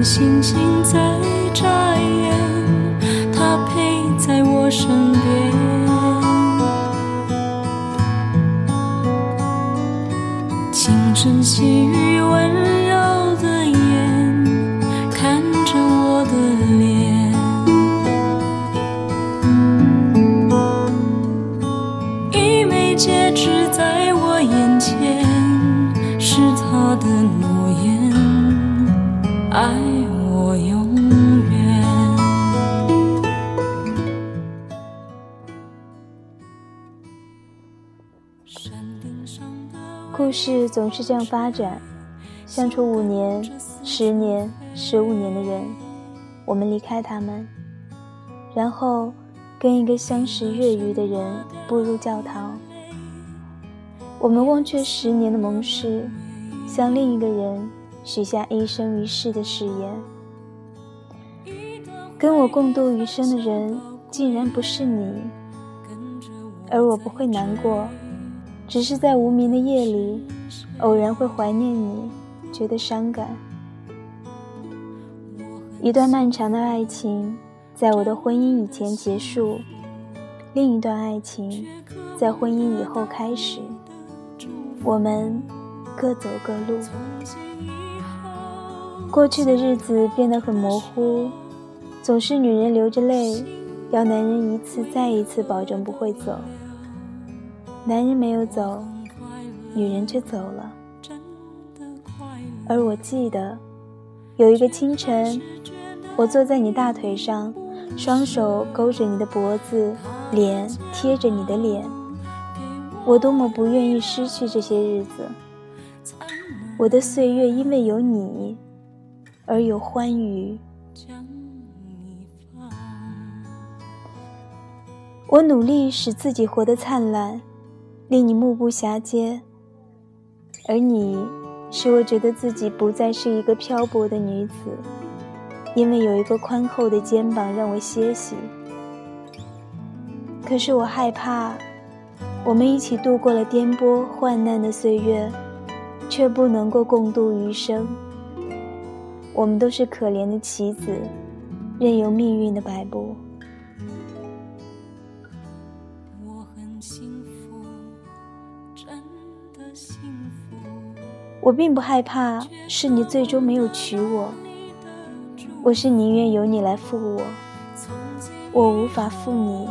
看星星在眨眼，他陪在我身边。清晨细雨温柔的眼，看着我的脸，一枚戒指在我眼前，是他的诺言，爱我永远。 故事总是这样发展，相处5年、10年、15年的人，我们离开他们，然后跟一个相识月余的人步入教堂。我们忘却10年的盟誓，向另一个人许下一生一世的誓言。跟我共度余生的人竟然不是你，而我不会难过，只是在无眠的夜里偶然会怀念你，觉得伤感。一段漫长的爱情在我的婚姻以前结束，另一段爱情在婚姻以后开始，我们各走各路。过去的日子变得很模糊，总是女人流着泪，要男人一次再一次保证不会走。男人没有走，女人却走了。而我记得有一个清晨，我坐在你大腿上，双手勾着你的脖子，脸贴着你的脸。我多么不愿意失去这些日子，我的岁月因为有你而有欢愉。我努力使自己活得灿烂，令你目不暇接，而你使我觉得自己不再是一个漂泊的女子，因为有一个宽厚的肩膀让我歇息。可是我害怕，我们一起度过了颠簸患难的岁月，却不能够共度余生。我们都是可怜的棋子，任由命运的摆布。 我很幸福，真的幸福。 我并不害怕是你最终没有娶我，我是宁愿由你来负我，我无法负你。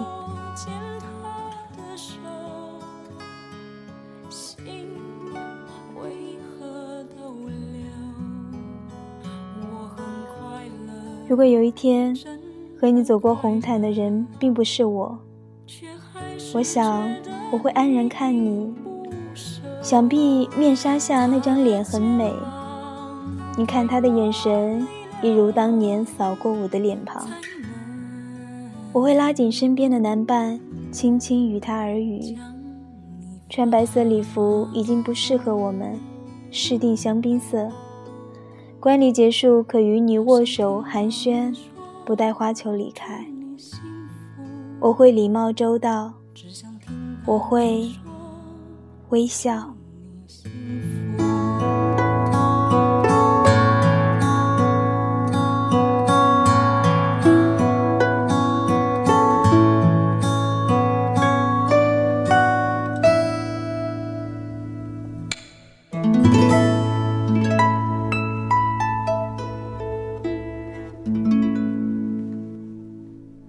如果有一天和你走过红毯的人并不是我，我想我会安然看你，想必面纱下那张脸很美，你看他的眼神一如当年扫过我的脸庞。我会拉紧身边的男伴，轻轻与他耳语。穿白色礼服已经不适合我们，试定香槟色。观礼结束，可与你握手寒暄，不带花球离开。我会礼貌周到，我会微笑。